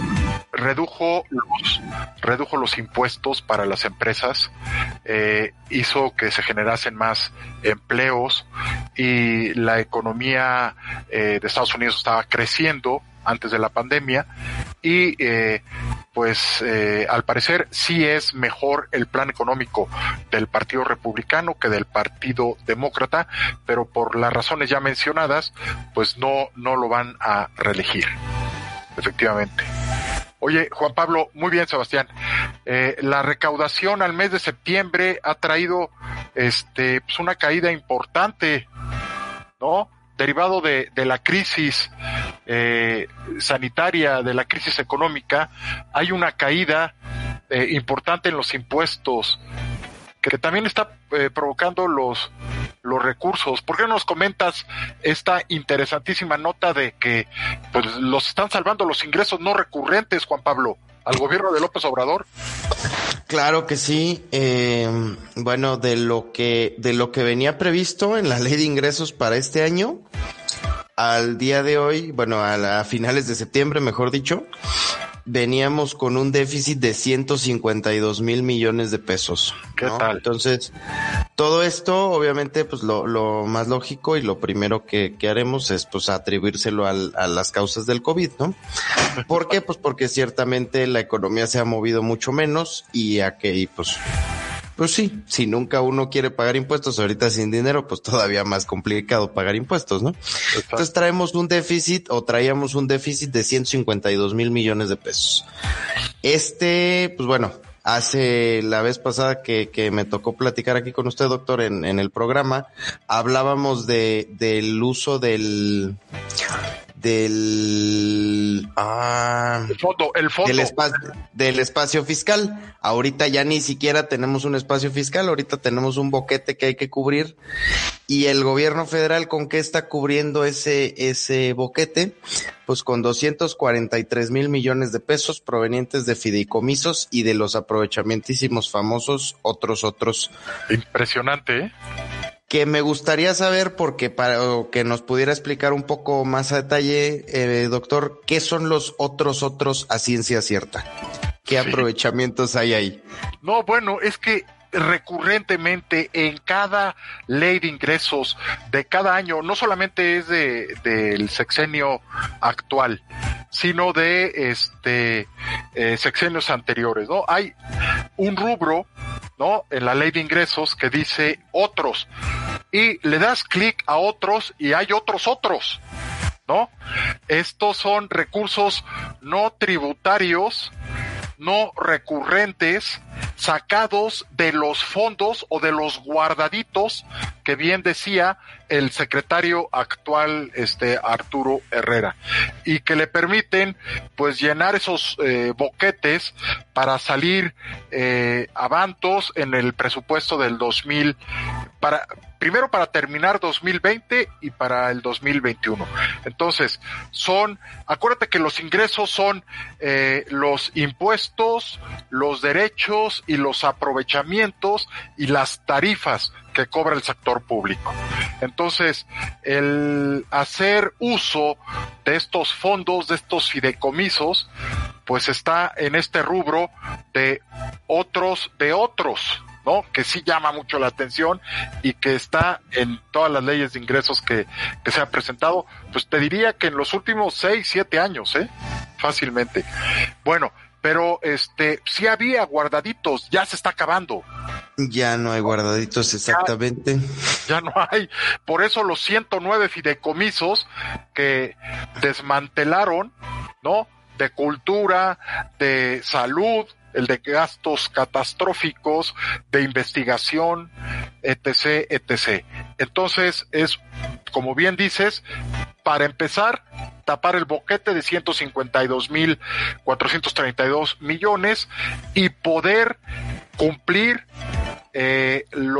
redujo los, redujo los impuestos para las empresas, eh, hizo que se generasen más empleos y la economía eh, de Estados Unidos estaba creciendo antes de la pandemia y eh, pues eh, al parecer sí es mejor el plan económico del Partido Republicano que del Partido Demócrata, pero por las razones ya mencionadas pues no, no lo van a reelegir, efectivamente. Oye, Juan Pablo, muy bien, Sebastián. Eh, la recaudación al mes de septiembre ha traído este pues una caída importante, ¿no? Derivado de, de la crisis eh, sanitaria, de la crisis económica, hay una caída eh, importante en los impuestos que también está eh, provocando los los recursos. ¿Por qué no nos comentas esta interesantísima nota de que pues los están salvando los ingresos no recurrentes, Juan Pablo, al gobierno de López Obrador? Claro que sí. Eh, bueno, de lo que de lo que venía previsto en la ley de ingresos para este año, al día de hoy, bueno, a, la, a finales de septiembre, mejor dicho, veníamos con un déficit de ciento cincuenta y dos mil millones de pesos, ¿no? ¿Qué tal? Entonces, todo esto, obviamente, pues lo, lo más lógico y lo primero que, que haremos es, pues, atribuírselo al, a las causas del COVID, ¿no? ¿Por qué? Pues porque ciertamente la economía se ha movido mucho menos y a que, y pues, pues sí, si nunca uno quiere pagar impuestos, ahorita sin dinero, pues todavía más complicado pagar impuestos, ¿no? Exacto. Entonces traemos un déficit o traíamos un déficit de ciento cincuenta y dos mil millones de pesos. Este, pues bueno, hace la vez pasada que, que me tocó platicar aquí con usted, doctor, en, en el programa, hablábamos de, del uso del, del, ah, el fondo, el fondo. Del espacio, del espacio fiscal. Ahorita ya ni siquiera tenemos un espacio fiscal, ahorita tenemos un boquete que hay que cubrir. Y el gobierno federal, ¿con qué está cubriendo ese, ese boquete? Pues con doscientos cuarenta y tres mil millones de pesos provenientes de fideicomisos y de los aprovechamientísimos famosos otros otros. Impresionante, ¿eh? Que me gustaría saber, porque para que nos pudiera explicar un poco más a detalle, eh, doctor, ¿qué son los otros otros a ciencia cierta? ¿Qué sí. aprovechamientos hay ahí? No, bueno, es que recurrentemente en cada ley de ingresos de cada año, no solamente es de del sexenio actual, sino de este eh, sexenios anteriores, ¿no? Hay un rubro, ¿no?, en la ley de ingresos que dice otros, y le das clic a otros y hay otros otros, ¿no? Estos son recursos no tributarios, no recurrentes, sacados de los fondos o de los guardaditos que bien decía el secretario actual, este Arturo Herrera, y que le permiten pues llenar esos eh, boquetes para salir eh, avantos en el presupuesto del dos mil, para primero para terminar dos mil veinte y para el dos mil veintiuno. Entonces, son, acuérdate que los ingresos son eh, los impuestos, los derechos y los aprovechamientos y las tarifas que cobra el sector público. Entonces, el hacer uso de estos fondos, de estos fideicomisos, pues está en este rubro de otros, de otros, ¿no?, que sí llama mucho la atención y que está en todas las leyes de ingresos que, que se han presentado, pues te diría que en los últimos seis, siete años, ¿eh? Fácilmente. Bueno, pero este, sí había guardaditos, ya se está acabando. Ya no hay guardaditos, exactamente. Ya, ya no hay. Por eso los ciento nueve fideicomisos que desmantelaron, ¿no?, de cultura, de salud, el de gastos catastróficos, de investigación, etc, etcétera. Entonces es, como bien dices, para empezar, tapar el boquete de ciento cincuenta y dos mil cuatrocientos treinta y dos millones y poder cumplir eh,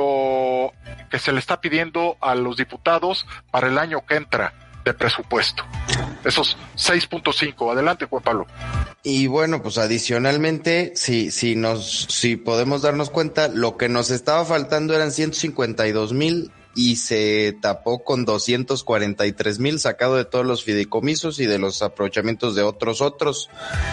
lo que se le está pidiendo a los diputados para el año que entra de presupuesto. Esos seis punto cinco. Adelante, Juan Pablo. Y bueno, pues adicionalmente, si, si nos, si podemos darnos cuenta, lo que nos estaba faltando eran ciento cincuenta y dos mil y se tapó con doscientos cuarenta y tres mil sacado de todos los fideicomisos y de los aprovechamientos de otros otros.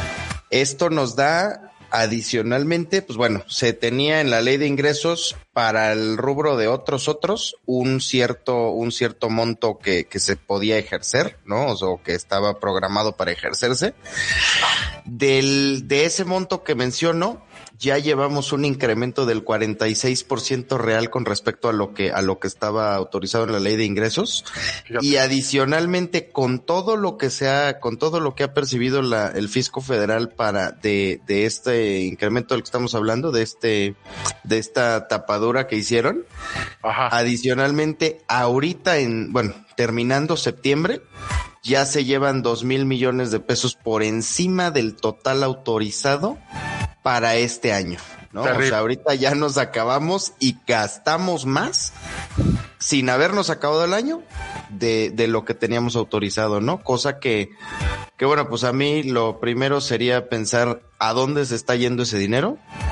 Esto nos da adicionalmente, pues bueno, se tenía en la ley de ingresos para el rubro de otros otros un cierto un cierto monto que que se podía ejercer, ¿no? O sea, que estaba programado para ejercerse. Del de ese monto que menciono, ya llevamos un incremento del cuarenta y seis por ciento real con respecto a lo que a lo que estaba autorizado en la ley de ingresos. Fíjate. Y adicionalmente con todo lo que se ha con todo lo que ha percibido la el fisco federal para de de este incremento del que estamos hablando, de este de esta tapadura que hicieron. Ajá. Adicionalmente, ahorita en bueno, terminando septiembre, ya se llevan dos mil millones de pesos por encima del total autorizado para este año, ¿no? Terrible. O sea, ahorita ya nos acabamos y gastamos más sin habernos acabado el año de, de lo que teníamos autorizado, ¿no? Cosa que, que bueno, pues a mí lo primero sería pensar a dónde se está yendo ese dinero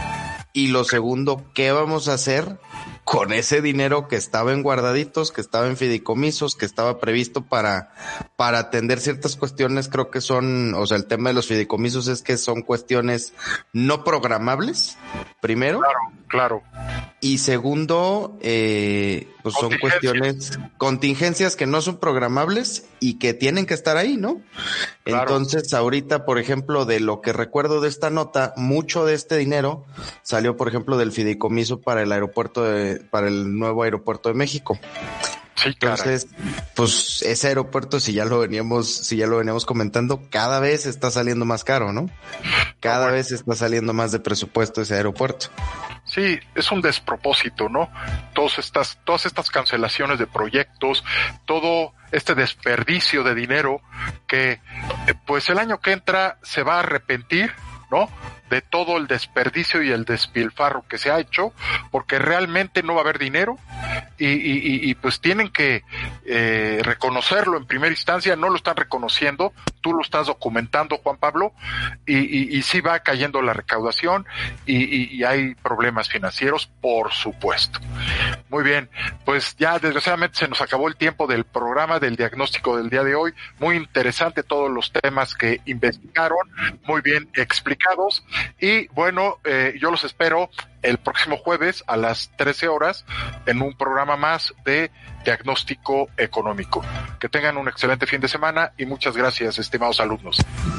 Y lo segundo, ¿qué vamos a hacer con ese dinero que estaba en guardaditos, que estaba en fideicomisos, que estaba previsto para, para atender ciertas cuestiones? Creo que son, o sea, el tema de los fideicomisos es que son cuestiones no programables, primero. Claro, claro. Y segundo, eh, pues son cuestiones, contingencias que no son programables y que tienen que estar ahí, ¿no? Claro. Entonces, ahorita, por ejemplo, de lo que recuerdo de esta nota, mucho de este dinero salió, por ejemplo, del fideicomiso para el aeropuerto de, para el nuevo aeropuerto de México. Sí, entonces, pues ese aeropuerto, si ya lo veníamos, si ya lo veníamos comentando, cada vez está saliendo más caro, ¿no? Cada bueno. vez está saliendo más de presupuesto ese aeropuerto. Sí, es un despropósito, ¿no? Todas estas, todas estas cancelaciones de proyectos, todo este desperdicio de dinero que, pues el año que entra se va a arrepentir, ¿no? De todo el desperdicio y el despilfarro que se ha hecho, porque realmente no va a haber dinero y, y, y pues tienen que eh, reconocerlo en primera instancia. No lo están reconociendo, tú lo estás documentando, Juan Pablo, y, y, y sí va cayendo la recaudación y, y, y hay problemas financieros, por supuesto. Muy bien, pues ya desgraciadamente se nos acabó el tiempo del programa, del diagnóstico del día de hoy. Muy interesante todos los temas que investigaron, muy bien explicados. Y bueno, eh, yo los espero el próximo jueves a las trece horas en un programa más de diagnóstico económico. Que tengan un excelente fin de semana y muchas gracias, estimados alumnos.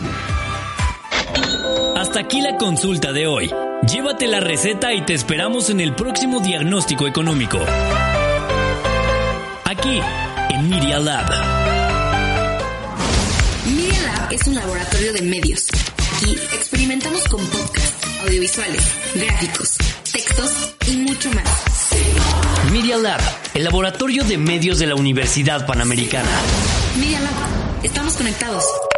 Hasta aquí la consulta de hoy. Llévate la receta y te esperamos en el próximo diagnóstico económico. Aquí, en Media Lab. Media Lab es un laboratorio de medios. Aquí experimentamos con podcasts, audiovisuales, gráficos, textos y mucho más. Media Lab, el laboratorio de medios de la Universidad Panamericana. Media Lab, estamos conectados.